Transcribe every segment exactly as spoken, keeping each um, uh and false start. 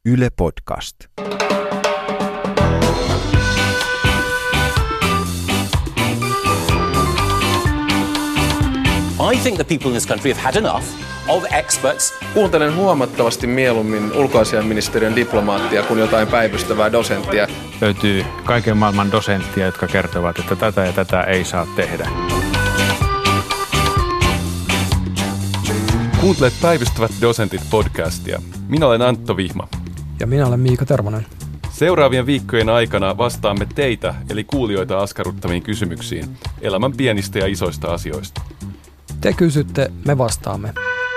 Yle Podcast. I think the people in this country have had enough of experts. Kuuntelen huomattavasti mieluummin ulkoasiainministeriön diplomaattia kuin jotain päivystävää dosenttia. Löytyy kaiken maailman dosenttia, jotka kertovat, että tätä ja tätä ei saa tehdä. Kuuntelet Päivystävät dosentit podcastia. Minä olen Antto Vihma. Ja minä olen Miika Tervonen. Seuraavien viikkojen aikana vastaamme teitä, eli kuulijoita askarruttaviin kysymyksiin elämän pienistä ja isoista asioista. Te kysytte, me vastaamme.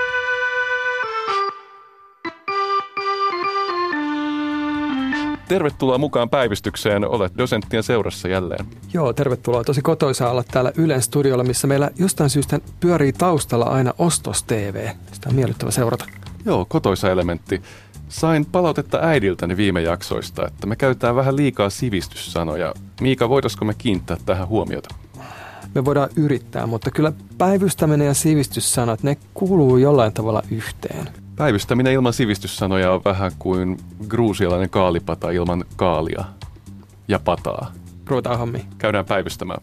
Tervetuloa mukaan päivystykseen. Olet dosenttien seurassa jälleen. Joo, tervetuloa. Tosi kotoisaa olla täällä Ylen studiolla, missä meillä jostain syystä pyörii taustalla aina Ostos T V. Sitä on miellyttävä seurata. Joo, kotoisa elementti. Sain palautetta äidiltäni viime jaksoista, että me käytetään vähän liikaa sivistyssanoja. Miika, voitaisiko me kiinnittää tähän huomiota? Me voidaan yrittää, mutta kyllä päivystäminen ja sivistyssanat, ne kuuluu jollain tavalla yhteen. Päivystäminen ilman sivistyssanoja on vähän kuin gruusialainen kaalipata ilman kaalia ja pataa. Ruvetaan hommiin. Käydään päivystämään.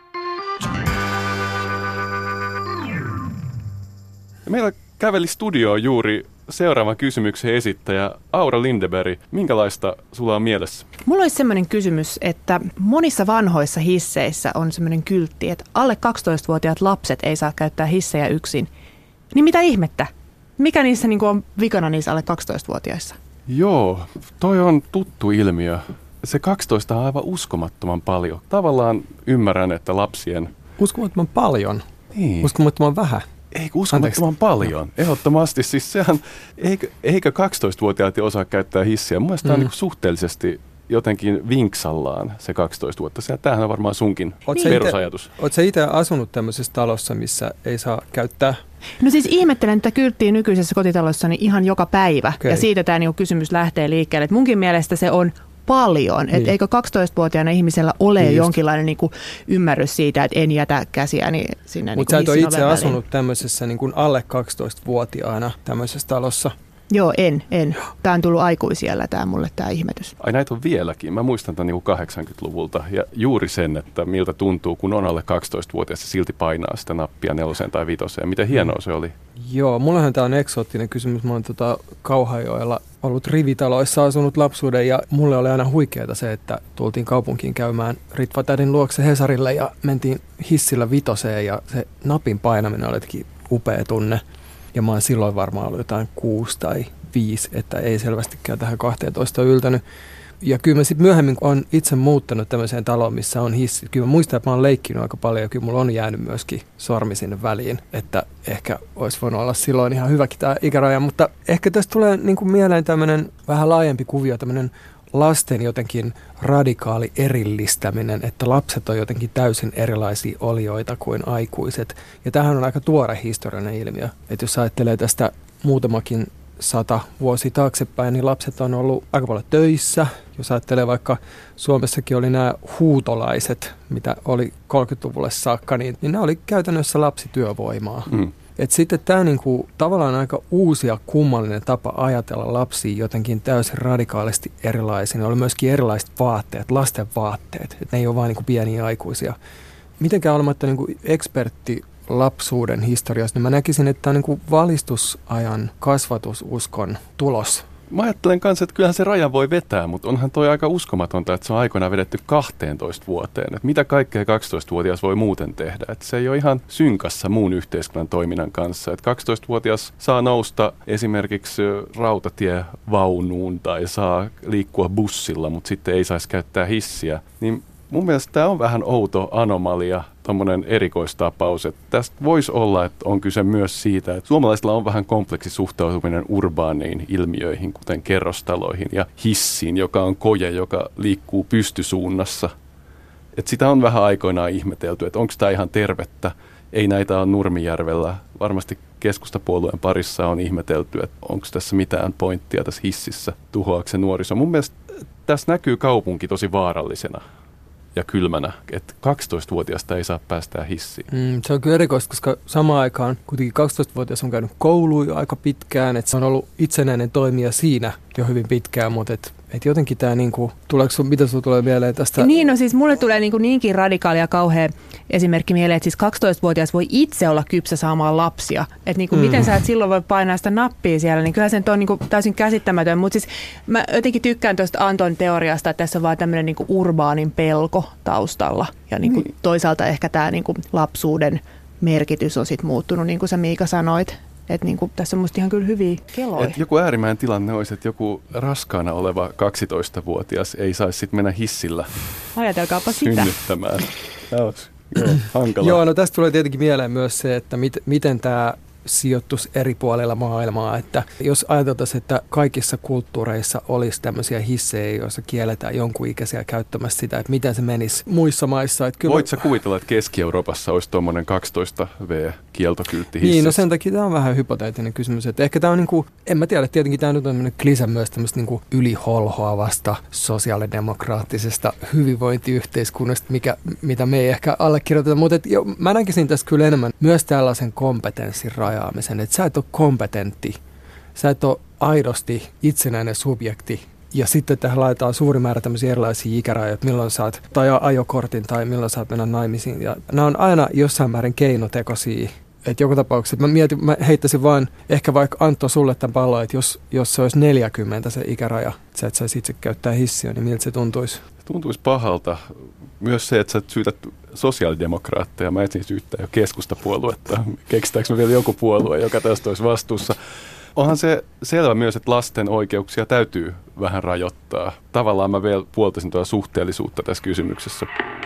Meillä käveli studioon juuri seuraavan kysymyksen esittäjä Aura Lindeberg. Minkälaista sulla on mielessä? Mulla olisi semmoinen kysymys, että monissa vanhoissa hisseissä on semmoinen kyltti, että alle kaksitoistavuotiaat lapset ei saa käyttää hissejä yksin. Niin mitä ihmettä? Mikä niissä niin kuin on vikana niissä alle kaksitoistavuotiaissa? Joo, toi on tuttu ilmiö. Se kaksitoista on aivan uskomattoman paljon. Tavallaan ymmärrän, että lapsien... Uskomattoman paljon? Niin. Uskomattoman vähän? Eikö uskomattoman paljon? Ehdottomasti. Siis sehän, eikö, eikö kaksitoistavuotiaat osaa käyttää hissiä? Mun mielestä mm. tämä on niin suhteellisesti jotenkin vinksallaan se kaksitoista vuotta. Tämähän on varmaan sunkin Oot perusajatus. Oletko sä itse asunut tämmöisessä talossa, missä ei saa käyttää? No siis ihmettelen tätä kylttiä nykyisessä kotitalossani ihan joka päivä. Okay. Ja siitä tämä niinku kysymys lähtee liikkeelle. Et munkin mielestä se on paljon. Niin. Et eikö kaksitoistavuotiaana ihmisellä ole niin jonkinlainen niinku ymmärrys siitä, että en jätä käsiäni sinne Mutta niinku sä et ole itse väliin. asunut tämmöisessä niinku alle kaksitoistavuotiaana tämmöisessä talossa? Joo, en, en. Tämä on tullut aikuisiellä tämä mulle tämä ihmetys. Ai näitä on vieläkin. Mä muistan tämän niin kahdeksankymmentäluvulta ja juuri sen, että miltä tuntuu, kun on alle kaksitoistavuotias ja silti painaa sitä nappia neloseen tai vitoseen. Miten hienoa se oli? Joo, mullahan tämä on eksoottinen kysymys. Mä oon tota Kauhajoella ollut rivitaloissa asunut lapsuuden ja mulle oli aina huikeeta se, että tultiin kaupunkiin käymään Ritva-tädin luokse Hesarille ja mentiin hissillä vitoseen ja se napin painaminen oli jotenkin upea tunne. Ja mä oon silloin varmaan ollut jotain kuusi tai viisi, että ei selvästikään tähän kahteentoista yltänyt. Ja kyllä mä sitten myöhemmin on itse muuttanut tämmöiseen taloon, missä on hissi. Kyllä mä muistan, että mä oon leikkinyt aika paljon ja kyllä mulla on jäänyt myöskin sormi sinne väliin. Että ehkä olisi voinut olla silloin ihan hyväkin tämä ikäraja. Mutta ehkä tästä tulee niin kuin mieleen tämmöinen vähän laajempi kuvio, tämmöinen lasten jotenkin radikaali erillistäminen, että lapset on jotenkin täysin erilaisia olioita kuin aikuiset. Ja tämähän on aika tuore historiallinen ilmiö. Että jos ajattelee tästä muutamakin sata vuosi taaksepäin, niin lapset on ollut aika paljon töissä. Jos ajattelee vaikka Suomessakin oli nämä huutolaiset, mitä oli kolmekymmentäluvulle saakka, niin, niin nämä oli käytännössä lapsityövoimaa. Mm. Et sitten tämä niinku, tavallaan aika uusi ja kummallinen tapa ajatella lapsia jotenkin täysin radikaalisti erilaisia. Ne oli myöskin erilaiset vaatteet, lasten vaatteet. Et ne ei ole vain niinku pieniä aikuisia. Mitenkään olematta niinku ekspertti lapsuuden historiassa, niin mä näkisin, että tämä on niinku valistusajan kasvatususkon tulos. Mä ajattelen kanssa, että kyllähän se raja voi vetää, mutta onhan toi aika uskomatonta, että se on aikoinaan vedetty kahteentoista vuoteen. Että mitä kaikkea kaksitoistavuotias voi muuten tehdä? Että se ei ole ihan synkassa muun yhteiskunnan toiminnan kanssa. Että kaksitoistavuotias saa nousta esimerkiksi rautatievaunuun tai saa liikkua bussilla, mutta sitten ei saisi käyttää hissiä. Niin mun mielestä tämä on vähän outo anomalia, tommoinen erikoistapaus. Että tästä voisi olla, että on kyse myös siitä, että suomalaisilla on vähän kompleksi suhtautuminen urbaaniin ilmiöihin, kuten kerrostaloihin ja hissiin, joka on koje, joka liikkuu pystysuunnassa. Että sitä on vähän aikoinaan ihmetelty, että onko tämä ihan tervettä. Ei näitä ole Nurmijärvellä. Varmasti keskustapuolueen parissa on ihmetelty, että onko tässä mitään pointtia tässä hississä, tuhoaako se nuoriso. Mun mielestä tässä näkyy kaupunki tosi vaarallisena. ja kylmänä, että kaksitoistavuotiaasta ei saa päästää hissiin. Mm, se on kyllä erikoista, koska samaan aikaan kuitenkin kaksitoistavuotias on käynyt kouluun jo aika pitkään, että se on ollut itsenäinen toimija siinä jo hyvin pitkään, mutta et, et jotenkin tämä, niinku, tuleeko sun, mitä sinulle tulee mieleen tästä? Niin, no siis mulle tulee niinku niinkin radikaali ja kauhea esimerkki mieleen, että siis kaksitoistavuotias voi itse olla kypsä saamaan lapsia. Että niinku, mm. miten sä et silloin voi painaa sitä nappia siellä, niin kyllä se on niinku täysin käsittämätön. Mutta siis mä jotenkin tykkään tuosta Anton teoriasta, että tässä on vaan tämmöinen niinku urbaanin pelko taustalla. Ja niinku niin. Toisaalta ehkä tämä niinku lapsuuden merkitys on sitten muuttunut, niin kuin sä Miika sanoit. Että niinku, tässä on musta ihan kyllä hyviä keloja. Et joku äärimmäinen tilanne olisi, että joku raskaana oleva kaksitoistavuotias ei saisi sitten mennä hissillä Ajatelkaapa sitä. synnyttämään. Tämä olisi joo, hankala. Joo, no tästä tulee tietenkin mieleen myös se, että mit, miten tämä sijoittuisi eri puolilla maailmaa. Että jos ajateltaisiin, että kaikissa kulttuureissa olisi tämmöisiä hissejä, joissa kielletään jonkun ikäisiä käyttämässä sitä, että miten se menisi muissa maissa. Että kyllä... Voit sä kuvitella, että Keski-Euroopassa olisi tuommoinen kaksitoista vuotias-kieltokyltti hississä? Niin, no sen takia tämä on vähän hypoteettinen kysymys. Että ehkä tämä on, niin kuin, en mä tiedä, tietenkin tämä on tämmöinen klisä myös tämmöistä niin kuin yliholhoavasta sosiaalidemokraattisesta hyvinvointiyhteiskunnasta, mikä, mitä me ei ehkä allekirjoiteta. Mutta et, jo, mä näkisin tässä kyllä enemmän myös tällaisen kompetenssin rajaamisen, että sä et ole kompetentti, sä et ole aidosti itsenäinen subjekti, ja sitten tähän laitetaan suuri määrä tämmöisiä erilaisia ikärajoja, että milloin saat, tai ajokortin, tai milloin saat mennä naimisiin, ja nämä on aina jossain määrin keinotekoisia, että joka tapauksessa, mä mietin, mä heittäisin vaan ehkä vaikka Antto sulle tämän pallon, että jos, jos se olisi neljäkymmentä se ikäraja, että sä et saisi itse käyttää hissiä, niin miltä se tuntuisi? Tuntuisi pahalta. Myös se, että sä syytät sosiaalidemokraatteja, mä etsin syyttää jo keskustapuoluetta. Keksitäänkö me vielä joku puolue, joka tästä olisi vastuussa? Onhan se selvä myös, että lasten oikeuksia täytyy vähän rajoittaa. Tavallaan mä vielä puoltaisin tuota suhteellisuutta tässä kysymyksessä.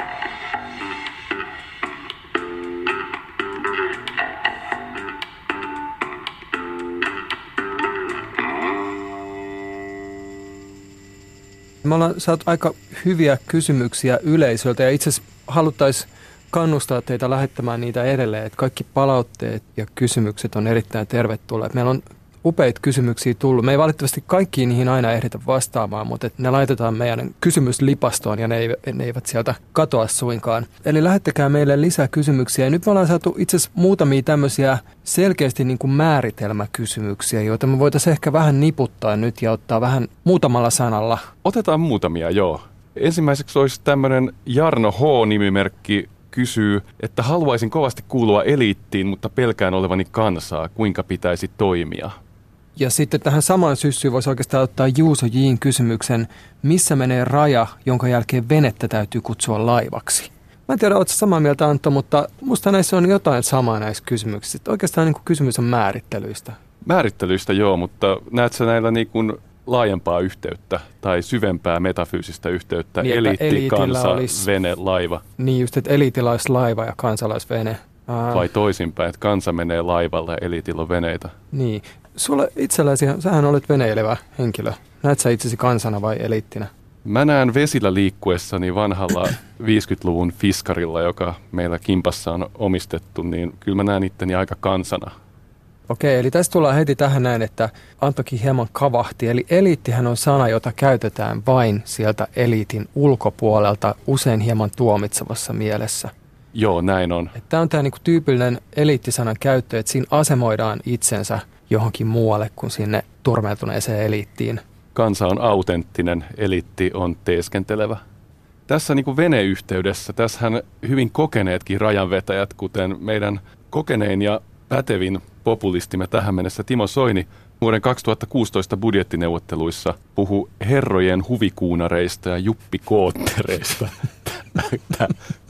Me ollaan saatu aika hyviä kysymyksiä yleisöltä ja itse asiassa haluttaisiin kannustaa teitä lähettämään niitä edelleen, että kaikki palautteet ja kysymykset on erittäin tervetulleet. Meillä on upeita kysymyksiä tullut. Me ei valitettavasti kaikkiin niihin aina ehditä vastaamaan, mutta ne laitetaan meidän kysymyslipastoon ja ne, ei, ne eivät sieltä katoa suinkaan. Eli lähettäkää meille lisää kysymyksiä. Ja nyt me ollaan saatu itse asiassa muutamia tämmöisiä selkeästi niin kuin määritelmäkysymyksiä, joita me voitaisiin ehkä vähän niputtaa nyt ja ottaa vähän muutamalla sanalla. Otetaan muutamia, joo. Ensimmäiseksi olisi tämmöinen Jarno H-nimimerkki kysyy, että haluaisin kovasti kuulua eliittiin, mutta pelkään olevani kansaa. Kuinka pitäisi toimia? Ja sitten tähän samaan syssyyn voisi oikeastaan ottaa Juuso J:n kysymyksen, missä menee raja, jonka jälkeen venettä täytyy kutsua laivaksi? Mä en tiedä, ootko samaa mieltä Antto, mutta musta näissä on jotain samaa näissä kysymyksissä. Oikeastaan niin kuin kysymys on määrittelyistä. Määrittelyistä joo, mutta näetkö sä näillä niin kuin laajempaa yhteyttä tai syvempää metafyysistä yhteyttä, niin, eliitti, kansa, olisi, vene, laiva? Niin just, että eliitillä olisi laiva ja kansalaisvene. Aa. Vai toisinpäin, että kansa menee laivalla ja eliitillä on veneitä? Niin. Sulla itselläsi, sähän olet veneilevä henkilö. Näet sä itsesi kansana vai eliittinä? Mä näen vesillä liikkuessani vanhalla viisikymmentäluvun fiskarilla, joka meillä kimpassa on omistettu, niin kyllä mä näen itteni aika kansana. Okei, eli tässä tullaan heti tähän näin, että Anttokin hieman kavahti. Eli eliittihän on sana, jota käytetään vain sieltä eliitin ulkopuolelta, usein hieman tuomitsevassa mielessä. Joo, näin on. Tämä on tämä niinku tyypillinen eliittisanan käyttö, että siinä asemoidaan itsensä johonkin muualle kuin sinne turmeltuneeseen eliittiin. Kansa on autenttinen, eliitti on teeskentelevä. Tässä niin kuin veneyhteydessä, tässähän hyvin kokeneetkin rajanvetäjät, kuten meidän kokenein ja pätevin populistimme tähän mennessä Timo Soini, vuoden kaksituhattakuusitoista budjettineuvotteluissa puhui herrojen huvikuunareista ja juppikoottereista. Tämä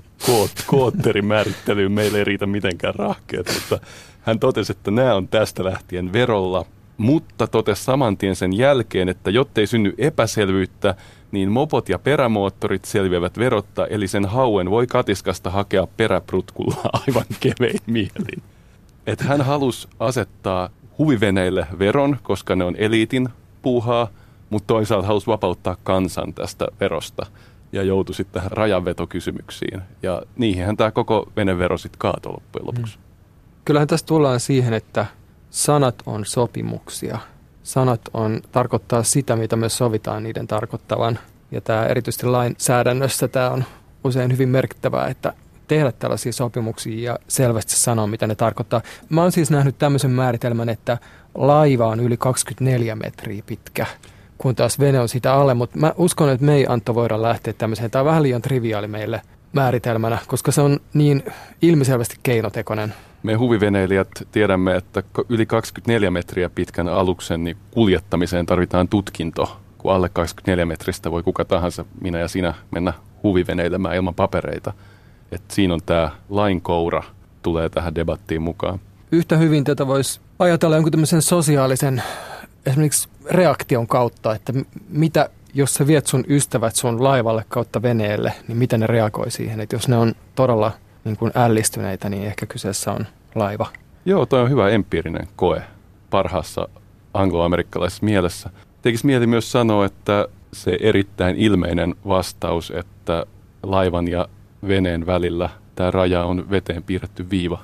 kootterin määrittelyyn meille ei riitä mitenkään rahkeet, mutta hän totesi, että nämä on tästä lähtien verolla, mutta totesi saman tien sen jälkeen, että jottei synny epäselvyyttä, niin mopot ja perämoottorit selviävät verotta, eli sen hauen voi katiskasta hakea peräprutkulla aivan kevein mielin. Että hän halusi asettaa huviveneille veron, koska ne on eliitin puuhaa, mutta toisaalta halusi vapauttaa kansan tästä verosta ja joutui sitten tähän rajanvetokysymyksiin. Ja niihinhän tämä koko venevero sitten kaatoi loppujen lopuksi. Hmm. Kyllähän tässä tullaan siihen, että sanat on sopimuksia. Sanat on, tarkoittaa sitä, mitä me sovitaan niiden tarkoittavan. Ja tämä erityisesti lainsäädännössä tämä on usein hyvin merkittävää, että tehdä tällaisia sopimuksia ja selvästi sanoa, mitä ne tarkoittaa. Mä oon siis nähnyt tämmöisen määritelmän, että laiva on yli kaksikymmentäneljä metriä pitkä, kun taas vene on sitä alle, mutta mä uskon, että me ei Antto voida lähteä tämmöiseen. Tämä on vähän liian triviaali meille määritelmänä, koska se on niin ilmiselvästi keinotekoinen. Me huviveneilijät tiedämme, että yli kaksikymmentäneljä metriä pitkän aluksen niin kuljettamiseen tarvitaan tutkinto, kun alle kaksikymmentäneljä metristä voi kuka tahansa, minä ja sinä, mennä huviveneilemään ilman papereita. Et siinä on tämä lainkoura, tulee tähän debattiin mukaan. Yhtä hyvin tätä voisi ajatella jonkun tämmöisen sosiaalisen esimerkiksi reaktion kautta, että mitä jos sä viet sun ystävät sun laivalle kautta veneelle, niin miten ne reagoi siihen? Että jos ne on todella niin kuin ällistyneitä, niin ehkä kyseessä on laiva. Joo, toi on hyvä empiirinen koe parhaassa angloamerikkalaisessa mielessä. Tekisi mieli myös sanoa, että se erittäin ilmeinen vastaus, että laivan ja veneen välillä tämä raja on veteen piirretty viiva.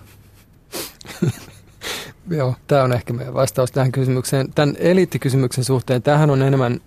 Joo, tämä on ehkä meidän vastaus tähän kysymykseen. Tämän eliittikysymyksen suhteen, tämähän on enemmän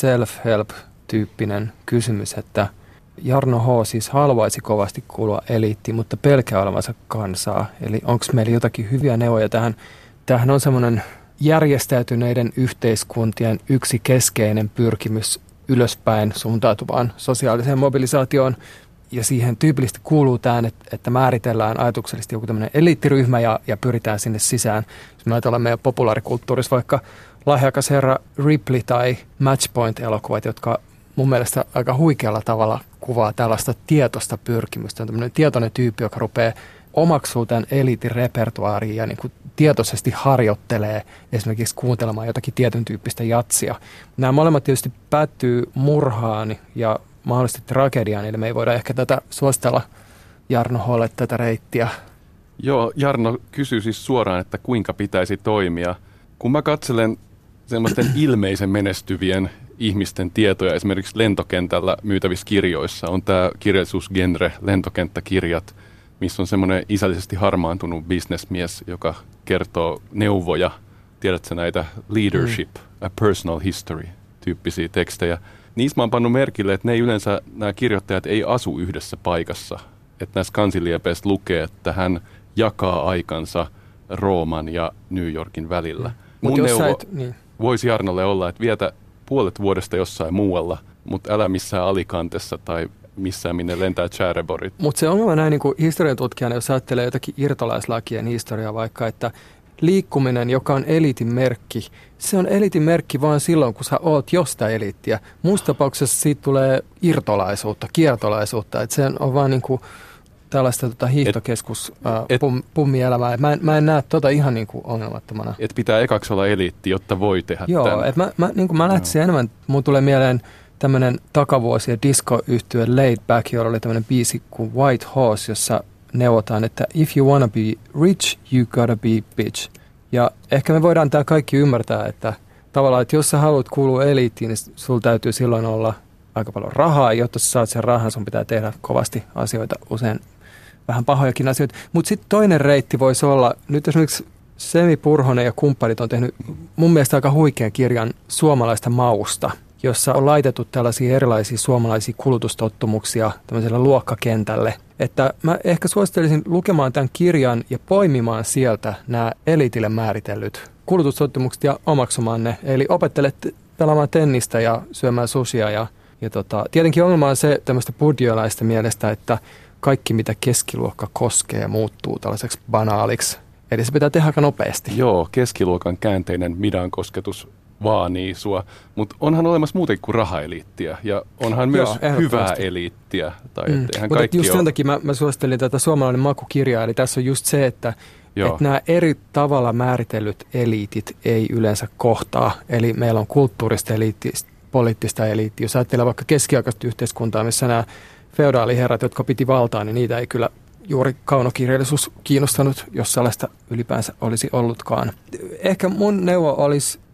self-help-tyyppinen kysymys, että Jarno H. siis haluaisi kovasti kuulua eliittiin, mutta pelkää olevansa kansaa. Eli onko meillä jotakin hyviä neuvoja tähän? Tämähän on semmoinen järjestäytyneiden yhteiskuntien yksi keskeinen pyrkimys ylöspäin suuntautuvaan sosiaaliseen mobilisaatioon. Ja siihen tyypillisesti kuuluu tämä, että määritellään ajatuksellisesti joku tämmöinen eliittiryhmä ja, ja pyritään sinne sisään. Jos me ajatellaan meidän populaarikulttuurissa vaikka Lahjakas herra Ripley tai Matchpoint-elokuvat, jotka mun mielestä aika huikealla tavalla kuvaa tällaista tietoista pyrkimystä. On tämmöinen tietoinen tyyppi, joka rupeaa omaksuu tämän eliitin repertuaariin ja niin kuin tietoisesti harjoittelee esimerkiksi kuuntelemaan jotakin tietyn tyyppistä jatsia. Nämä molemmat tietysti päättyy murhaan ja mahdollisesti tragediaan, eli me ei voida ehkä tätä suositella Jarno H:lle tätä reittiä. Joo, Jarno kysyy siis suoraan, että kuinka pitäisi toimia. Kun mä katselen semmoisten ilmeisen menestyvien ihmisten tietoja, esimerkiksi lentokentällä myytävissä kirjoissa, on tämä kirjallisuusgenre, lentokenttäkirjat, missä on semmoinen isällisesti harmaantunut bisnesmies, joka kertoo neuvoja, tiedätkö näitä leadership, mm. a personal history tyyppisiä tekstejä. Niissä mä oon pannut merkille, että ne ei yleensä, nämä kirjoittajat ei asu yhdessä paikassa. Että näissä kansiliepeistä lukee, että hän jakaa aikansa Rooman ja New Yorkin välillä. Mm. Mun neuvo et, niin. voisi Jarnolle olla, että vietä puolet vuodesta jossain muualla, mutta älä missään Alicantessa tai missään, minne lentää Chäreborit. Mutta se ongelma näin niin kuin historian tutkijana, jos ajattelee jotakin irtolaislakien historiaa vaikka, että liikkuminen, joka on eliitin merkki, se on eliitin merkki vain silloin, kun sä oot jostain eliittiä. Muussa tapauksessa siitä tulee irtolaisuutta, kiertolaisuutta, että se on vaan niin kuin tällaista tota hiihtokeskus äh, pum, pummielämää. Mä en, mä en näe tota ihan niin kuin ongelmattomana. Että pitää ekaksi olla eliitti, jotta voi tehdä Joo, tämän. Että mä, mä, niin kuin mä lähtisin no. enemmän, mun tulee mieleen tämmöinen takavuosien disco-yhtye Laid Back, jolla oli tämmöinen biisi kuin White Horse, jossa neuvotaan, että if you wanna be rich, you gotta be bitch. Ja ehkä me voidaan tämä kaikki ymmärtää, että tavallaan, että jos sä haluat kuulua eliittiin, niin sulla täytyy silloin olla aika paljon rahaa, jotta sä saat sen rahan, sun pitää tehdä kovasti asioita, usein vähän pahojakin asioita. Mutta sitten toinen reitti voisi olla, nyt esimerkiksi Semi Purhonen ja kumppanit on tehnyt mun mielestä aika huikean kirjan suomalaista mausta, jossa on laitettu tällaisia erilaisia suomalaisia kulutustottumuksia tämmöiselle luokkakentälle. Että mä ehkä suosittelisin lukemaan tämän kirjan ja poimimaan sieltä nämä eliitille määritellyt kulutustottumukset ja omaksumaan ne. Eli opettelet pelaamaan tennistä ja syömään sushia. Ja, ja tota, tietenkin ongelma on se tämmöistä budjoilaista mielestä, että kaikki mitä keskiluokka koskee muuttuu tällaiseksi banaaliksi. Eli se pitää tehdä aika nopeasti. Joo, keskiluokan käänteinen midan kosketus vaanii sua, mutta onhan olemassa muutenkin kuin rahaeliittiä ja onhan myös Joo, hyvää eliittiä. Tai mm. Mutta just sen takia mä, mä suosittelin tätä suomalainen makukirjaa, eli tässä on just se, että, että nämä eri tavalla määritellyt eliitit ei yleensä kohtaa. Eli meillä on kulttuurista eliittiä, poliittista eliittiä. Jos ajattelee vaikka keskiaikaista yhteiskuntaa, missä nämä feodaaliherrat, jotka piti valtaa, niin niitä ei kyllä juuri kaunokirjallisuus kiinnostanut, jos sellaista ylipäänsä olisi ollutkaan. Ehkä mun neuvo olisi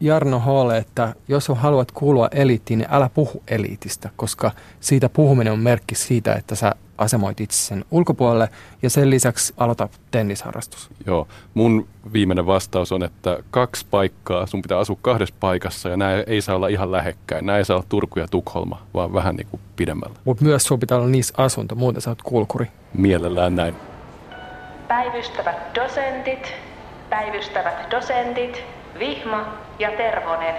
Jarno Hole, että jos haluat kuulua eliittiin, niin älä puhu eliitistä, koska siitä puhuminen on merkki siitä, että sä asemoit itse sen ulkopuolelle ja sen lisäksi aloita tennisharrastus. Joo, mun viimeinen vastaus on, että kaksi paikkaa, sun pitää asua kahdessa paikassa ja nämä ei saa olla ihan lähekkäin. Nämä ei saa olla Turku ja Tukholma, vaan vähän niin kuin pidemmällä. Mutta myös sun pitää olla niissä asunto, muuten sä oot kulkuri. Mielellään näin. Päivystävät dosentit, päivystävät dosentit, Vihma ja Tervonen.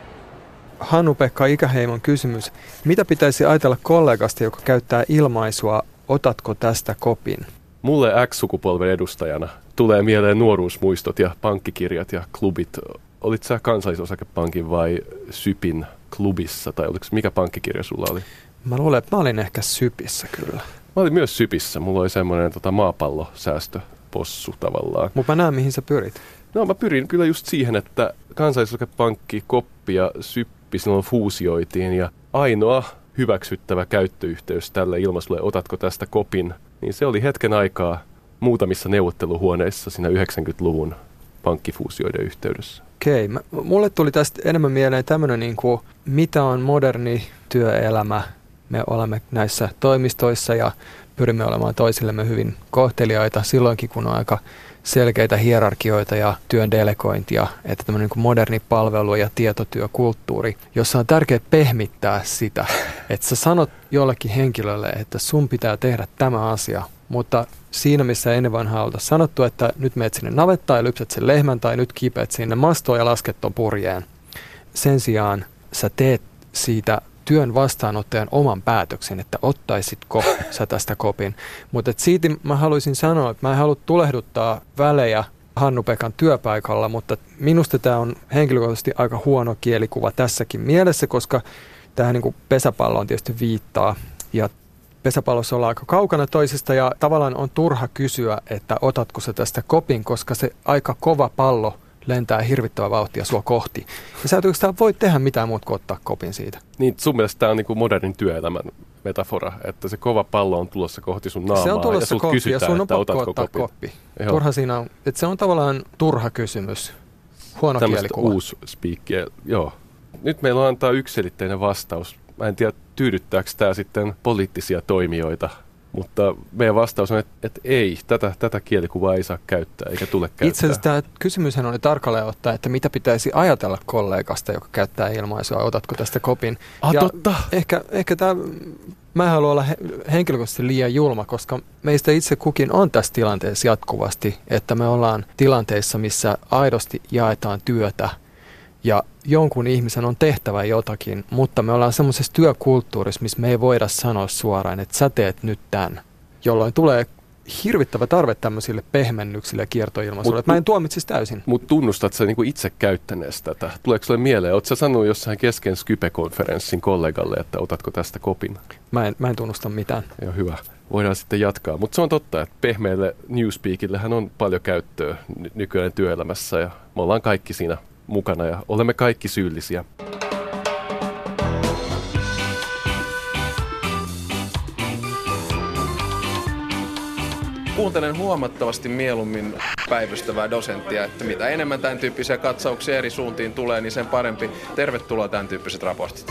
Hannu-Pekka Ikäheimon kysymys. Mitä pitäisi ajatella kollegasta, joka käyttää ilmaisua, otatko tästä kopin? Mulle X-sukupolven edustajana tulee mieleen nuoruusmuistot ja pankkikirjat ja klubit. Olit sä Kansallisosakepankin vai Sypin klubissa, tai oliko, mikä pankkikirja sulla oli? Mä luulen, että mä olin ehkä Sypissä kyllä. Mä olin myös Sypissä. Mulla oli semmoinen tota, maapallosäästöpossu tavallaan. Mutta mä näen, mihin sä pyrit. No mä pyrin kyllä just siihen, että Kansallisosakepankki, Koppi ja Syppi silloin fuusioitiin ja ainoa hyväksyttävä käyttöyhteys tälle ilmaisulle, otatko tästä kopin, niin se oli hetken aikaa muutamissa neuvotteluhuoneissa siinä yhdeksänkymmentäluvun pankkifuusioiden yhteydessä. Okei, mä, mulle tuli tästä enemmän mieleen tämmöinen, niin kuin, mitä on moderni työelämä. Me olemme näissä toimistoissa ja pyrimme olemaan toisillemme hyvin kohteliaita silloinkin, kun on aika selkeitä hierarkioita ja työn delegointia, että tämmöinen niin kuin moderni palvelu- ja tietotyökulttuuri, jossa on tärkeää pehmittää sitä, että sä sanot jollekin henkilölle, että sun pitää tehdä tämä asia, mutta siinä, missä ennen vanhaa olta sanottu, että nyt menet sinne navettaan ja lypsät sen lehmän tai nyt kipeät sinne mastoon ja lasket ton purjeen. Sen sijaan sä teet siitä työn vastaanottajan oman päätöksen, että ottaisitko sä tästä kopin. Mutta siitä mä haluaisin sanoa, että mä en halua tulehduttaa välejä Hannu-Pekan työpaikalla, mutta minusta tämä on henkilökohtaisesti aika huono kielikuva tässäkin mielessä, koska tähän niin kuin pesäpalloon tietysti viittaa ja pesäpallossa ollaan aika kaukana toisesta ja tavallaan on turha kysyä, että otatko sä tästä kopin, koska se aika kova pallo lentää hirvittävää vauhtia sua kohti. Ja sä et oikeastaan voi tehdä mitään muuta kuin ottaa kopin siitä. Niin sun mielestä tämä on niin kuin modernin työelämän metafora, että se kova pallo on tulossa kohti sun naamaa se on tulossa ja sut kohti kysytään, ja sun on että pakko otatko ottaa kopin. koppi. Turha siinä on, että se on tavallaan turha kysymys. Huono tämmöistä kielikuva. uusi speakia, joo. Nyt meillä on antaa yksiselitteinen vastaus. Mä en tiedä, tyydyttääkö tämä sitten poliittisia toimijoita, mutta meidän vastaus on, että, että ei, tätä, tätä kielikuvaa ei saa käyttää eikä tule käyttää. Itse asiassa tämä kysymyshän oli tarkalleen ottaa, että mitä pitäisi ajatella kollegasta, joka käyttää ilmaisua, otatko tästä kopin. Ah, ja totta. Ehkä, ehkä tämä, mä en halua olla he, henkilökohtaisesti liian julma, koska meistä itse kukin on tässä tilanteessa jatkuvasti, että me ollaan tilanteissa, missä aidosti jaetaan työtä ja jonkun ihmisen on tehtävä jotakin, mutta me ollaan semmoisessa työkulttuurissa, missä me ei voida sanoa suoraan, että sä teet nyt tämän, jolloin tulee hirvittävä tarve tämmöisille pehmennyksille ja kiertoilmaisuille. Mä en tuomitsisi täysin. Mutta tunnustat sä niinku itse käyttäneestä tätä? Tuleeko sulle mieleen? Oletko sä sanonut jossain kesken Skype-konferenssin kollegalle, että otatko tästä kopin? Mä en, mä en tunnusta mitään. Joo, hyvä. Voidaan sitten jatkaa. Mutta se on totta, että pehmeille newspeakillehän on paljon käyttöä nykyään työelämässä ja me ollaan kaikki siinä mukana ja olemme kaikki syyllisiä. Kuuntelen huomattavasti mieluummin päivystävää dosenttia, että mitä enemmän tämän tyyppisiä katsauksia eri suuntiin tulee, niin sen parempi. Tervetuloa tämän tyyppiset raportit.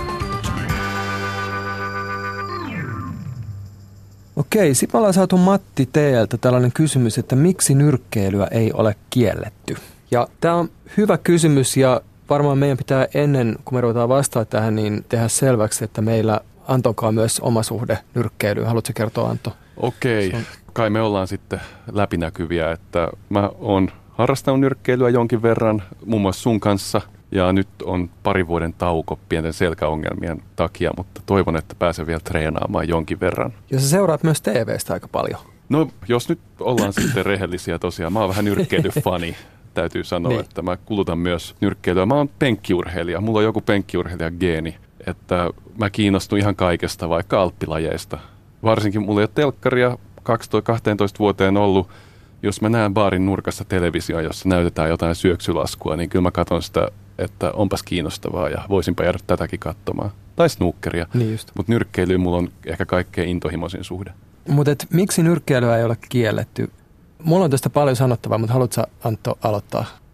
Okei, sitten me ollaan saatu Matti Teeltä tällainen kysymys, että miksi nyrkkeilyä ei ole kielletty? Ja tämä on hyvä kysymys ja varmaan meidän pitää ennen, kun me ruvetaan vastaa tähän, niin tehdä selväksi, että meillä Antonkaan myös oma suhde nyrkkeilyyn. Haluatko kertoa, Antto? Okei, kai me ollaan sitten läpinäkyviä, että mä oon harrastanut nyrkkeilyä jonkin verran, muun muassa sun kanssa. Ja nyt on pari vuoden tauko pienten selkäongelmien takia, mutta toivon, että pääsen vielä treenaamaan jonkin verran. Ja sä seuraat myös T V:stä aika paljon. No, jos nyt ollaan sitten rehellisiä tosiaan, mä oon vähän nyrkkeilyfani. Täytyy sanoa, niin. Että mä kulutan myös nyrkkeilyä. Mä oon penkkiurheilija. Mulla on joku penkkiurheilijan geeni, että mä kiinnostun ihan kaikesta, vaikka alppilajeista. Varsinkin mulla ei ole telkkaria kaksitoista vuoteen ollut. Jos mä näen baarin nurkassa televisio, jossa näytetään jotain syöksylaskua, niin kyllä mä katson sitä, että onpas kiinnostavaa ja voisinpa jäädä tätäkin katsomaan. Tai snookeria. Niin mutta nyrkkeilyyn mulla on ehkä kaikkein intohimoisin suhde. Mutta miksi nyrkkeilyä ei ole kielletty? Mulla on tästä paljon sanottavaa, mutta haluatko Antto aloittaa?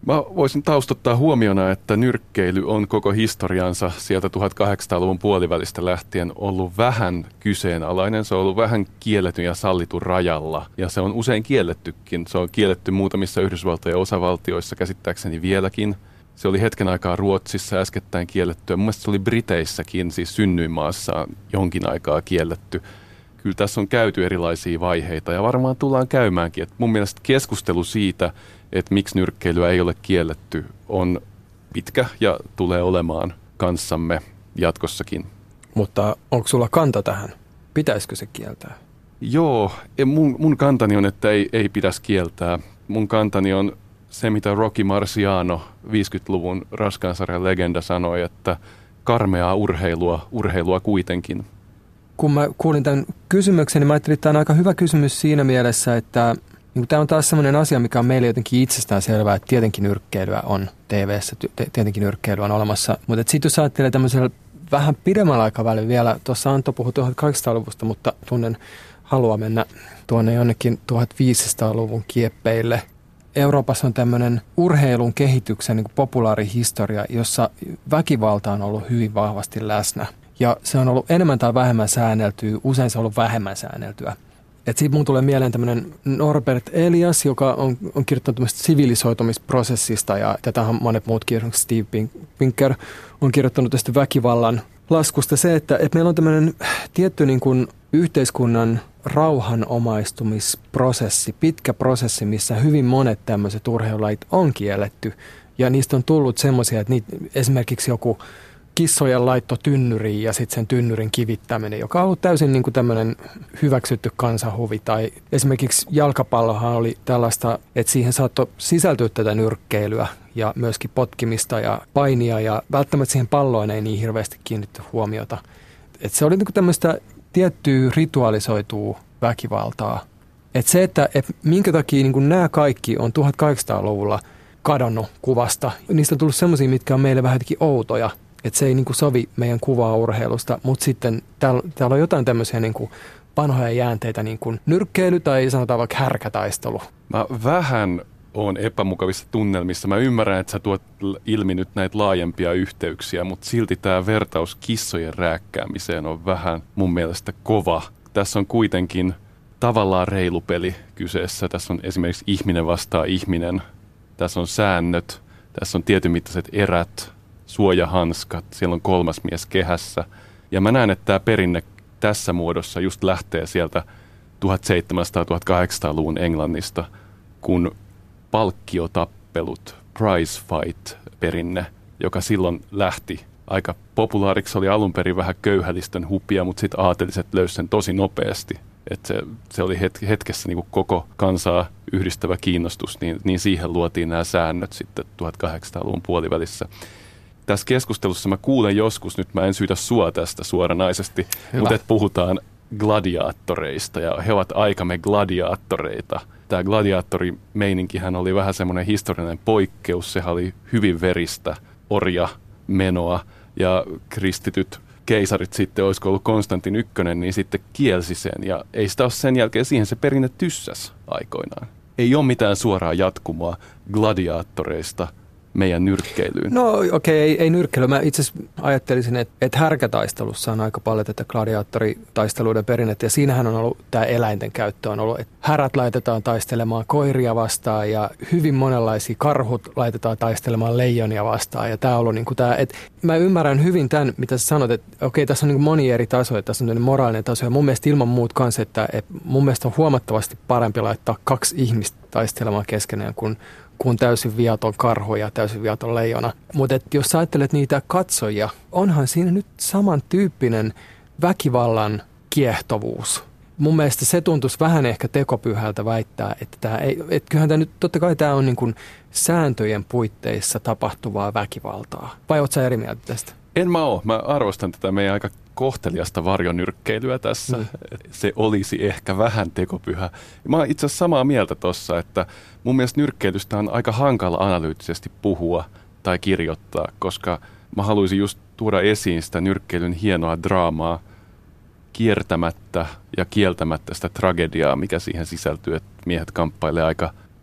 Mä voisin taustottaa huomiona, että nyrkkeily on koko historiansa sieltä tuhatkahdeksansataaluvun puolivälistä lähtien ollut vähän kyseenalainen. Se on ollut vähän kielletyn ja sallitun rajalla ja se on usein kiellettykin. Se on kielletty muutamissa Yhdysvaltojen osavaltioissa käsittääkseni vieläkin. Se oli hetken aikaa Ruotsissa äskettäin kiellettyä. Mun mielestä se oli Briteissäkin, siis synnyinmaassa jonkin aikaa kielletty. Kyllä tässä on käyty erilaisia vaiheita ja varmaan tullaan käymäänkin. Et mun mielestä keskustelu siitä, että miksi nyrkkeilyä ei ole kielletty, on pitkä ja tulee olemaan kanssamme jatkossakin. Mutta onko sulla kanta tähän? Pitäisikö se kieltää? Joo, mun, mun kantani on, että ei, ei pitäisi kieltää. Mun kantani on se, mitä Rocky Marciano, viisikymmentäluvun raskaan sarjan legenda, sanoi, että karmeaa urheilua, urheilua kuitenkin. Kun mä kuulin tämän kysymyksen, niin mä ajattelin, että tämä on aika hyvä kysymys siinä mielessä, että niin tämä on taas sellainen asia, mikä on meille jotenkin itsestään selvää, että tietenkin nyrkkeilyä on T V:ssä, tietenkin nyrkkeilyä on olemassa. Mutta sitten jos ajattelee tämmöisellä vähän pidemmällä aikavälillä vielä, tuossa Antto puhui tuhatkahdeksansataaluvusta, mutta tunnen halua mennä tuonne jonnekin tuhatviisisataaluvun kieppeille. Euroopassa on tämmöinen urheilun kehityksen niin kuin populaarihistoria, jossa väkivalta on ollut hyvin vahvasti läsnä. Ja se on ollut enemmän tai vähemmän säänneltyä, usein se on ollut vähemmän säänneltyä. Et siitä mun tulee mieleen tämmöinen Norbert Elias, joka on, on kirjoittanut tämmöistä sivilisoitumisprosessista, ja tätähän monet muut kirjoittanut, Steve Pinker on kirjoittanut tästä väkivallan laskusta. Se, että, että meillä on tämmöinen tietty niin kuin yhteiskunnan rauhanomaistumisprosessi, pitkä prosessi, missä hyvin monet tämmöiset urheilulajit on kielletty, ja niistä on tullut semmoisia, että niitä, esimerkiksi joku kissojen laitto tynnyriin ja sitten sen tynnyrin kivittäminen, joka on ollut täysin niin kuin tämmöinen hyväksytty kansanhuvi. Tai esimerkiksi jalkapallohan oli tällaista, että siihen saattoi sisältyä tätä nyrkkeilyä ja myöskin potkimista ja painia, ja välttämättä siihen palloon ei niin hirveästi kiinnitty huomiota. Että se oli niin kuin tämmöistä tiettyä ritualisoitua väkivaltaa. Että se, että et minkä takia niin kuin nämä kaikki on tuhatkahdeksansataaluvulla kadonnut kuvasta, niistä on tullut semmoisia, mitkä on meille vähän jotenkin outoja. Että se ei niin kuin sovi meidän kuvaa urheilusta, mutta sitten täällä, täällä on jotain tämmöisiä niin kuin vanhoja jäänteitä, niin kuin nyrkkeily tai sanotaan vaikka härkätaistelu. Mä vähän oon epämukavissa tunnelmissa. Mä ymmärrän, että sä tuot ilmi nyt näitä laajempia yhteyksiä, mutta silti tämä vertaus kissojen rääkkäämiseen on vähän mun mielestä kova. Tässä on kuitenkin tavallaan reilu peli kyseessä. Tässä on esimerkiksi ihminen vastaa ihminen. Tässä on säännöt. Tässä on tietyn mittaiset erät. Suojahanskat, siellä on kolmas mies kehässä. Ja mä näen, että tämä perinne tässä muodossa just lähtee sieltä tuhatseitsemänsataa-tuhatkahdeksansataaluvun Englannista, kun palkkiotappelut, prize fight-perinne, joka silloin lähti aika populaariksi, oli alun perin vähän köyhälistön hupia, mutta sitten aateliset löysi sen tosi nopeasti. Että se, se oli het, hetkessä niin kuin koko kansaa yhdistävä kiinnostus, niin, niin siihen luotiin nämä säännöt sitten tuhatkahdeksansataaluvun puolivälissä. Tässä keskustelussa mä kuulen joskus, nyt mä en syytä sua tästä suoranaisesti, Hyvä. mutta että puhutaan gladiaattoreista ja he ovat aikamme gladiaattoreita. Tämä gladiaattorimeininkihän oli vähän semmoinen historiallinen poikkeus, sehän oli hyvin veristä orjamenoa ja kristityt keisarit sitten, olisiko ollut Konstantin ykkönen, niin sitten kielsi sen ja ei sitä ole sen jälkeen, siihen se perinne tyssäs aikoinaan. Ei ole mitään suoraa jatkumoa gladiaattoreista meidän nyrkkeilyyn. No okei, okay, ei, ei nyrkkeily. Mä itse asiassa ajattelisin, että, että härkätaistelussa on aika paljon tätä gladiaattoritaisteluiden perinnettä, ja siinähän on ollut tämä eläinten käyttö on ollut, että härät laitetaan taistelemaan koiria vastaan, ja hyvin monenlaisia karhut laitetaan taistelemaan leijonia vastaan, ja tämä on ollut niin kuin tämä, että mä ymmärrän hyvin tämän, mitä sä sanot, että okei, okay, tässä on niin kuin monia eri tasoja, tässä on moraalinen taso, ja mun mielestä ilman muut kanssa, että, että mun mielestä on huomattavasti parempi laittaa kaksi ihmistä taistelemaan keskenään, kun kuin täysin viaton karhu ja täysin viaton leijona. Mutta jos sä ajattelet niitä katsojia, onhan siinä nyt samantyyppinen väkivallan kiehtovuus. Mun mielestä se tuntuisi vähän ehkä tekopyhältä väittää, että tämä ei, että kyllähän tämä nyt, totta kai tämä on niin kuin sääntöjen puitteissa tapahtuvaa väkivaltaa. Vai ootko sä eri mieltä tästä? En mä oo. Mä arvostan tätä meidän aika kohteliasta varjonyrkkeilyä tässä. Mm. Se olisi ehkä vähän tekopyhä. Mä oon itse asiassa samaa mieltä tossa, että mun mielestä nyrkkeilystä on aika hankala analyyttisesti puhua tai kirjoittaa, koska mä haluaisin just tuoda esiin sitä nyrkkeilyn hienoa draamaa kiertämättä ja kieltämättä sitä tragediaa, mikä siihen sisältyy, että miehet kamppailee aika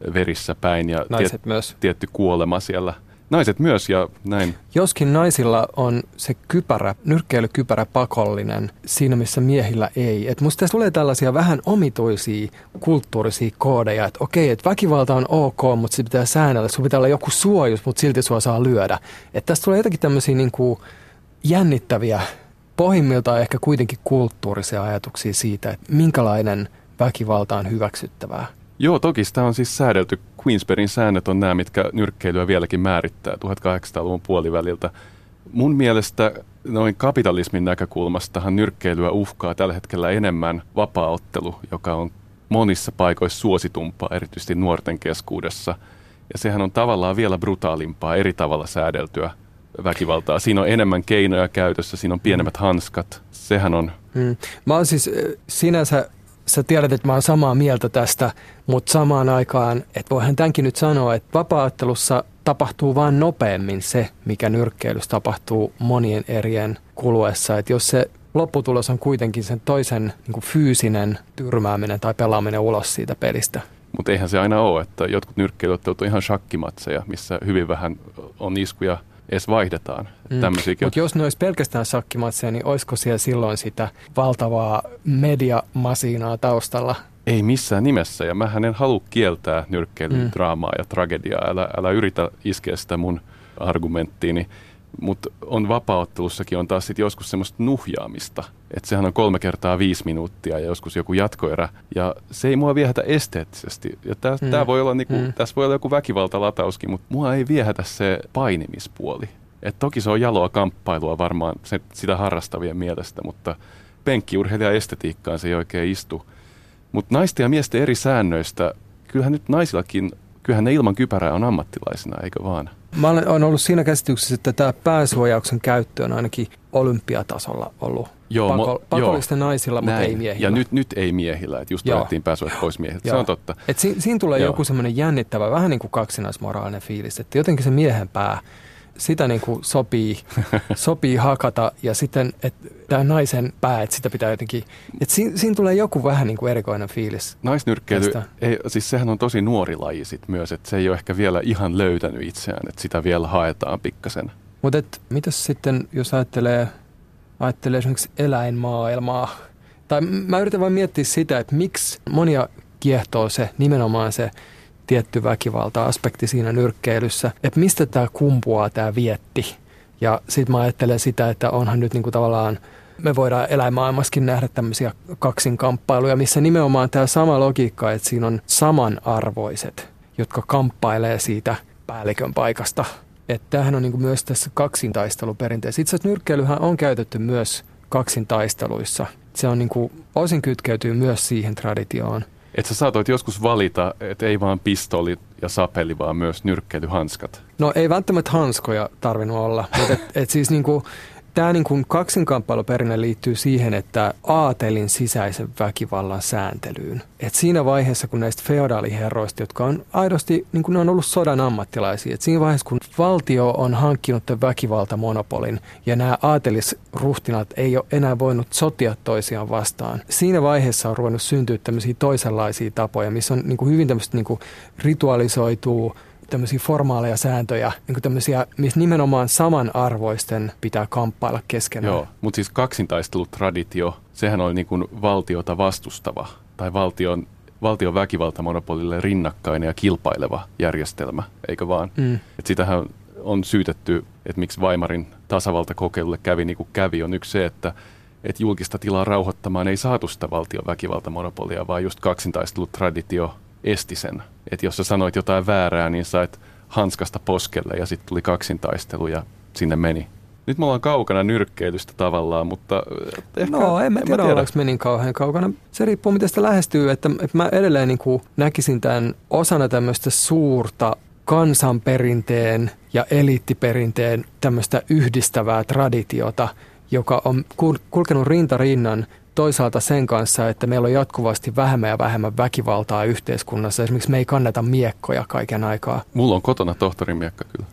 verissä päin ja naiset tiet, myös. tietty kuolema siellä. Naiset myös ja näin. Joskin naisilla on se kypärä, nyrkkeilykypärä pakollinen siinä, missä miehillä ei. Et musta tässä tulee tällaisia vähän omituisia kulttuurisia koodeja, että okei, että väkivalta on ok, mutta se pitää säännellä. Sun pitää olla joku suojus, mutta silti sua saa lyödä. Että tässä tulee jotakin tämmöisiä niinku jännittäviä, pohjimmiltaan ehkä kuitenkin kulttuurisia ajatuksia siitä, että minkälainen väkivalta on hyväksyttävää. Joo, toki sitä on siis säädelty. Queensberryn säännöt on nämä, mitkä nyrkkeilyä vieläkin määrittää tuhatkahdeksansataaluvun puoliväliltä. Mun mielestä noin kapitalismin näkökulmastahan nyrkkeilyä uhkaa tällä hetkellä enemmän vapaaottelu, joka on monissa paikoissa suositumpaa, erityisesti nuorten keskuudessa. Ja sehän on tavallaan vielä brutaalimpaa, eri tavalla säädeltyä väkivaltaa. Siinä on enemmän keinoja käytössä, siinä on pienemmät hanskat. Sehän on... Hmm. Mä oon siis sinänsä... Sä tiedät, että mä oon samaa mieltä tästä, mutta samaan aikaan, että voihan tämänkin nyt sanoa, että vapaa-ottelussa tapahtuu vaan nopeammin se, mikä nyrkkeilyssä tapahtuu monien erien kuluessa. Että jos se lopputulos on kuitenkin sen toisen niin kuin fyysinen tyrmääminen tai pelaaminen ulos siitä pelistä. Mutta eihän se aina ole, että jotkut nyrkkeilyottelut on ihan shakkimatseja, missä hyvin vähän on iskuja edes vaihdetaan. Mm. Mutta jos ne olisi pelkästään shakkimatseja, niin olisiko siellä silloin sitä valtavaa mediamasiinaa taustalla? Ei missään nimessä, ja mähän en halua kieltää nyrkkeilyn mm. draamaa ja tragediaa. Älä, älä yritä iskeä sitä mun argumenttiini. Mutta on vapaaottelussakin on taas sit joskus semmoista nuhjaamista. Että sehän on kolme kertaa viisi minuuttia ja joskus joku jatkoerä. Ja se ei mua viehätä esteettisesti. Ja tää, mm. tää voi olla niinku, mm. tässä voi olla joku väkivaltalatauskin, mutta mua ei viehätä se painimispuoli. Et toki se on jaloa kamppailua varmaan se, sitä harrastavien mielestä, mutta penkkiurheilijan estetiikkaan se ei oikein istu. Mutta naisten ja miesten eri säännöistä, kyllähän nyt naisillakin, kyllähän ne ilman kypärää on ammattilaisina, eikö vaan? Mä olen ollut siinä käsityksessä, että tämä pääsuojauksen käyttö on ainakin olympiatasolla ollut joo, pako, mo, pakollista joo, naisilla, mutta ei miehillä. Ja nyt, nyt ei miehillä, että just otettiin pääsuojat pois miehiltä, se on totta. Et si, siinä tulee joo. joku semmoinen jännittävä, vähän niin kuin kaksinaismoraalinen fiilis, että jotenkin se miehen pää, sitä niin kuin sopii, sopii hakata ja sitten, että tämä naisen pää, että sitä pitää jotenkin, että siinä, siinä tulee joku vähän niin kuin erikoinen fiilis. Naisnyrkkeily, ei, siis sehän on tosi nuori laji sit myös, että se ei ole ehkä vielä ihan löytänyt itseään, että sitä vielä haetaan pikkasen. Mutta mitäs sitten, jos ajattelee, ajattelee esimerkiksi eläinmaailmaa, tai mä yritän vain miettiä sitä, että miksi monia kiehtoo se, nimenomaan se tietty väkivalta-aspekti siinä nyrkkeilyssä, että mistä tämä kumpuaa tämä vietti. Ja sitten mä ajattelen sitä, että onhan nyt niinku tavallaan, me voidaan eläinmaailmassakin nähdä tämmöisiä kaksinkamppailuja, missä nimenomaan tämä sama logiikka, että siinä on samanarvoiset, jotka kamppailee siitä päällikön paikasta. Että tämähän on niinku myös tässä kaksintaisteluperinteessä. Itse asiassa nyrkkeilyhän on käytetty myös kaksintaisteluissa. Se on niinku, osin kytkeytyy myös siihen traditioon. Että sä saatoit joskus valita, että ei vaan pistoli ja sapeli, vaan myös nyrkkeilyhanskat. No ei välttämättä hanskoja tarvinnut olla, mutta et, et siis niinku, tämä niinku kaksinkamppailuperinne liittyy siihen, että aatelin sisäisen väkivallan sääntelyyn. Et siinä vaiheessa, kun näistä feodaaliherroista, jotka on aidosti, niin kuin ne on ollut sodan ammattilaisia, että siinä vaiheessa, kun valtio on hankkinut tämän väkivaltamonopolin ja nämä aatelisruhtinat ei ole enää voinut sotia toisiaan vastaan, siinä vaiheessa on ruvennut syntyä tämmöisiä toisenlaisia tapoja, missä on niin kuin hyvin tämmöistä niin kuin ritualisoituu, tämmöisiä formaaleja sääntöjä, niin tämmöisiä, missä nimenomaan samanarvoisten pitää kamppailla keskenään. Joo, mutta siis kaksintaistelutraditio, sehän oli niin kuin valtiota vastustava tai valtion, valtion väkivaltamonopolille rinnakkainen ja kilpaileva järjestelmä, eikö vaan? Mm. Et sitähän on syytetty, että miksi Weimarin tasavaltakokeilulle kävi niin kuin kävi, on yksi se, että et julkista tilaa rauhoittamaan ei saatu sitä valtion väkivaltamonopolia, vaan just kaksintaistelutraditio esti sen. Että jos sä sanoit jotain väärää, niin sait hanskasta poskelle ja sitten tuli kaksintaistelu ja sinne meni. Nyt me ollaan kaukana nyrkkeilystä tavallaan, mutta ehkä... No en mä tiedä, tiedä. Ollaanko me niin kauhean kaukana. Se riippuu, miten sitä lähestyy. Että, että mä edelleen niin kuin näkisin tämän osana tämmöistä suurta kansanperinteen ja eliittiperinteen tämmöistä yhdistävää traditiota, joka on kulkenut rinta rinnan toisaalta sen kanssa, että meillä on jatkuvasti vähemmän ja vähemmän väkivaltaa yhteiskunnassa. Esimerkiksi me ei kannata miekkoja kaiken aikaa. Mulla on kotona tohtorimiekka kyllä.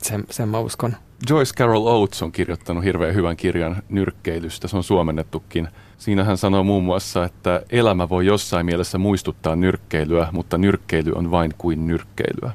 Sen, sen mä uskon. Joyce Carol Oates on kirjoittanut hirveän hyvän kirjan nyrkkeilystä, se on suomennettukin. Siinä hän sanoo muun muassa, että elämä voi jossain mielessä muistuttaa nyrkkeilyä, mutta nyrkkeily on vain kuin nyrkkeilyä.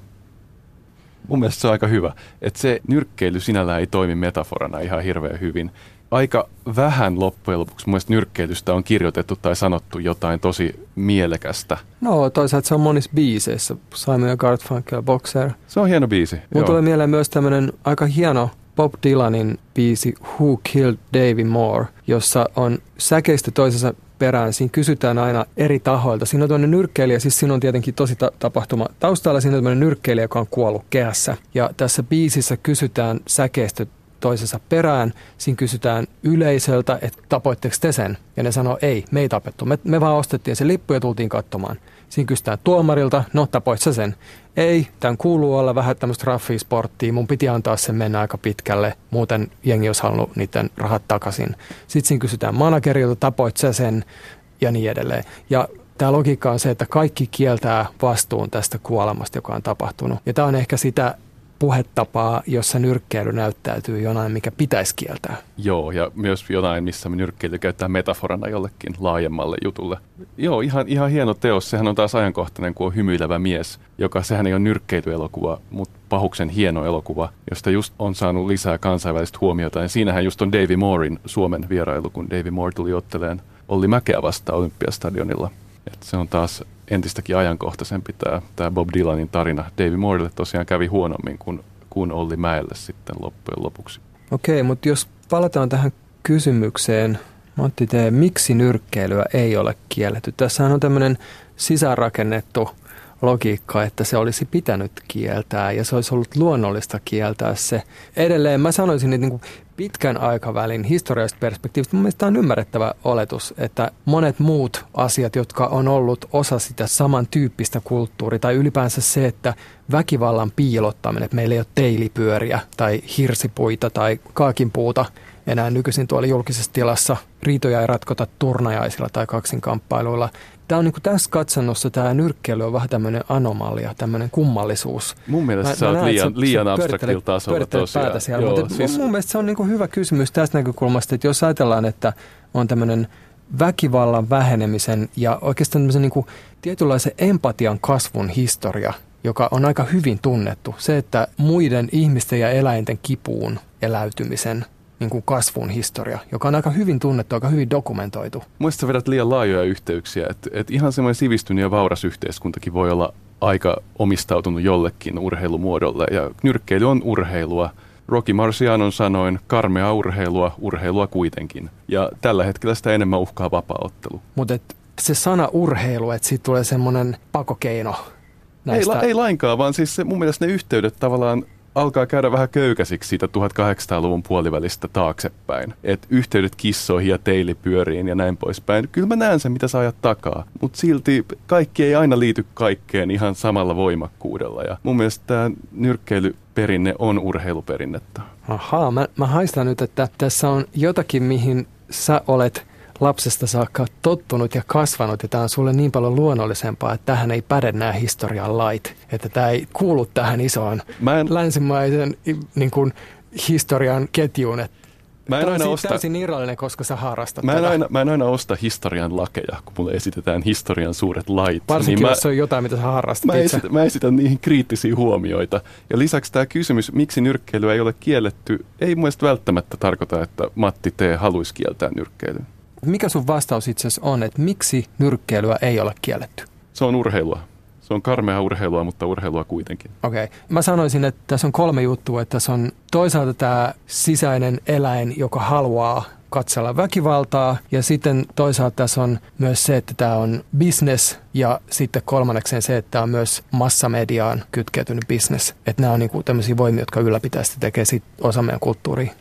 Mun mielestä se on aika hyvä, että se nyrkkeily sinällään ei toimi metaforana ihan hirveän hyvin. Aika vähän loppujen lopuksi mun mielestä nyrkkeilystä on kirjoitettu tai sanottu jotain tosi mielekästä. No toisaalta se on monissa biiseissä, Simon ja Garfunkel, Boxer. Se on hieno biisi. Mun tulee mieleen myös tämmöinen aika hieno Bob Dylanin biisi Who Killed Davey Moore, jossa on säkeistä toisensa perään. Siinä kysytään aina eri tahoilta. Siinä on toinen nyrkkeilijä, siis siinä on tietenkin tosi ta- tapahtuma taustalla. Siinä on toinen nyrkkeilijä, joka on kuollut kehässä. Ja tässä biisissä kysytään säkeistä toisensa perään. Siinä kysytään yleisöltä, että tapoitteko te sen? Ja ne sanoo, ei, me ei tapettu. Me, me vaan ostettiin se lippu ja tultiin katsomaan. Siinä kysytään tuomarilta, no tapoit sä sen? Ei, tämän kuuluu olla vähän tämmöistä raffia-sporttia. Mun piti antaa sen mennä aika pitkälle, muuten jengi olisi halunnut niiden rahat takaisin. Sitten siinä kysytään managerilta, tapoit sä sen? Ja niin edelleen. Ja tämä logiikka on se, että kaikki kieltää vastuun tästä kuolemasta, joka on tapahtunut. Ja tämä on ehkä sitä puhetapaa, jossa nyrkkeily näyttäytyy jonain, mikä pitäisi kieltää. Joo, ja myös jonain, missä me nyrkkeily käyttää metaforana jollekin laajemmalle jutulle. Joo, ihan, ihan hieno teos. Sehän on taas ajankohtainen, kun on hymyilevä mies, joka sehän ei ole nyrkkeilyelokuva, mutta pahuksen hieno elokuva, josta just on saanut lisää kansainvälistä huomiota. Ja siinähän just on Davey Mooren Suomen vierailu, kun Davey Moore tuli otteleen Olli Mäkeä vastaan Olympiastadionilla. Et se on taas entistäkin ajankohtaisempi tämä, tämä Bob Dylanin tarina. Davey Moorelle tosiaan kävi huonommin kuin, kuin Olli Mäelle sitten loppujen lopuksi. Okei, mutta jos palataan tähän kysymykseen, Matti T., miksi nyrkkeilyä ei ole kielletty? Tässähän on tämmöinen sisäänrakennettu logiikka, että se olisi pitänyt kieltää ja se olisi ollut luonnollista kieltää se. Edelleen mä sanoisin, että niin kuin pitkän aikavälin historiallisesta perspektiivistä mun mielestä tämä on ymmärrettävä oletus, että monet muut asiat, jotka on ollut osa sitä samantyyppistä kulttuuria tai ylipäänsä se, että väkivallan piilottaminen, että meillä ei ole teilipyöriä tai hirsipuita tai kaakinpuuta enää nykyisin tuolla julkisessa tilassa, riitoja ei ratkota turnajaisilla tai kaksinkamppailuilla. Tämä on niin kuin tässä katsannossa tämä nyrkkeily on vähän tämmöinen anomalia, tämmöinen kummallisuus. Mun mielestä mä, sä oot liian, liian abstraktilla tasolla tosiaan. Siellä, Joo, mutta siis mun mielestä se on niin kuin hyvä kysymys tästä näkökulmasta, että jos ajatellaan, että on tämmöinen väkivallan vähenemisen ja oikeastaan tämmöisen niin kuin tietynlaisen empatian kasvun historia, joka on aika hyvin tunnettu. Se, että muiden ihmisten ja eläinten kipuun eläytymisen niin kuin kasvun historia, joka on aika hyvin tunnettu, aika hyvin dokumentoitu. Muista vedät liian laajoja yhteyksiä, että, että ihan semmoinen sivistynyt ja vauras yhteiskuntakin voi olla aika omistautunut jollekin urheilumuodolle, ja nyrkkeily on urheilua. Rocky Marcianon sanoin, karmea urheilua, urheilua kuitenkin. Ja tällä hetkellä sitä enemmän uhkaa vapaaottelu. Mutta se sana urheilu, että siitä tulee semmoinen pakokeino näistä. Ei, ei lainkaan, vaan siis se, mun mielestä ne yhteydet tavallaan alkaa käydä vähän köykäisiksi siitä tuhatkahdeksansataaluvun puolivälistä taaksepäin. Että yhteydet kissoihin ja teilipyöriin ja näin poispäin. Kyllä mä näen sen, mitä sä ajat takaa. Mutta silti kaikki ei aina liity kaikkeen ihan samalla voimakkuudella. Ja mun mielestä tämä nyrkkeilyperinne on urheiluperinnettä. Ahaa, mä, mä haistan nyt, että tässä on jotakin, mihin sä olet lapsesta saakka tottunut ja kasvanut, ja tämä on sulle niin paljon luonnollisempaa, että tähän ei päde nämä historian lait, että tämä ei kuulu tähän isoon en, länsimaisen niin kuin, historian ketjuun. Että mä en aina on osta, täysin irrallinen, koska sä harrastat mä en, tätä. aina, mä en aina osta historian lakeja, kun mulle esitetään historian suuret lait. Varsinkin, niin jos mä, on jotain, mitä sä harrastat mä itse. Esitän, mä esitän niihin kriittisiä huomioita. Ja lisäksi tämä kysymys, miksi nyrkkeily ei ole kielletty, ei mun mielestä välttämättä tarkoita, että Matti T. haluaisi kieltää nyrkkeilyn. Mikä sun vastaus itse asiassa on, että miksi nyrkkeilyä ei ole kielletty? Se on urheilua. Se on karmea urheilua, mutta urheilua kuitenkin. Okei. Okay. Mä sanoisin, että tässä on kolme juttua. Että tässä on toisaalta tämä sisäinen eläin, joka haluaa katsella väkivaltaa. Ja sitten toisaalta tässä on myös se, että tämä on business. Ja sitten kolmannekseen se, että tämä on myös massamediaan kytkeytynyt business. Että nämä on niinku tämmöisiä voimia, jotka ylläpitää sitä tekee sit osa meidän kulttuuria.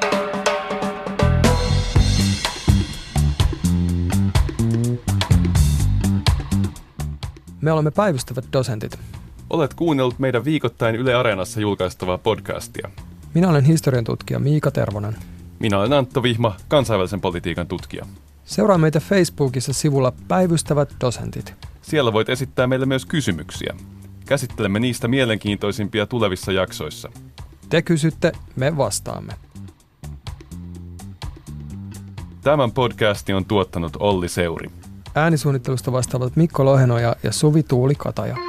Me olemme päivystävät dosentit. Olet kuunnellut meidän viikoittain Yle Areenassa julkaistavaa podcastia. Minä olen historian tutkija Miika Tervonen. Minä olen Antto Vihma, kansainvälisen politiikan tutkija. Seuraa meitä Facebookissa sivulla Päivystävät dosentit. Siellä voit esittää meille myös kysymyksiä. Käsittelemme niistä mielenkiintoisimpia tulevissa jaksoissa. Te kysytte, me vastaamme. Tämän podcastin on tuottanut Olli Seuri. Äänisuunnittelusta vastaavat Mikko Lohenoja ja Suvi Tuuli Kataja.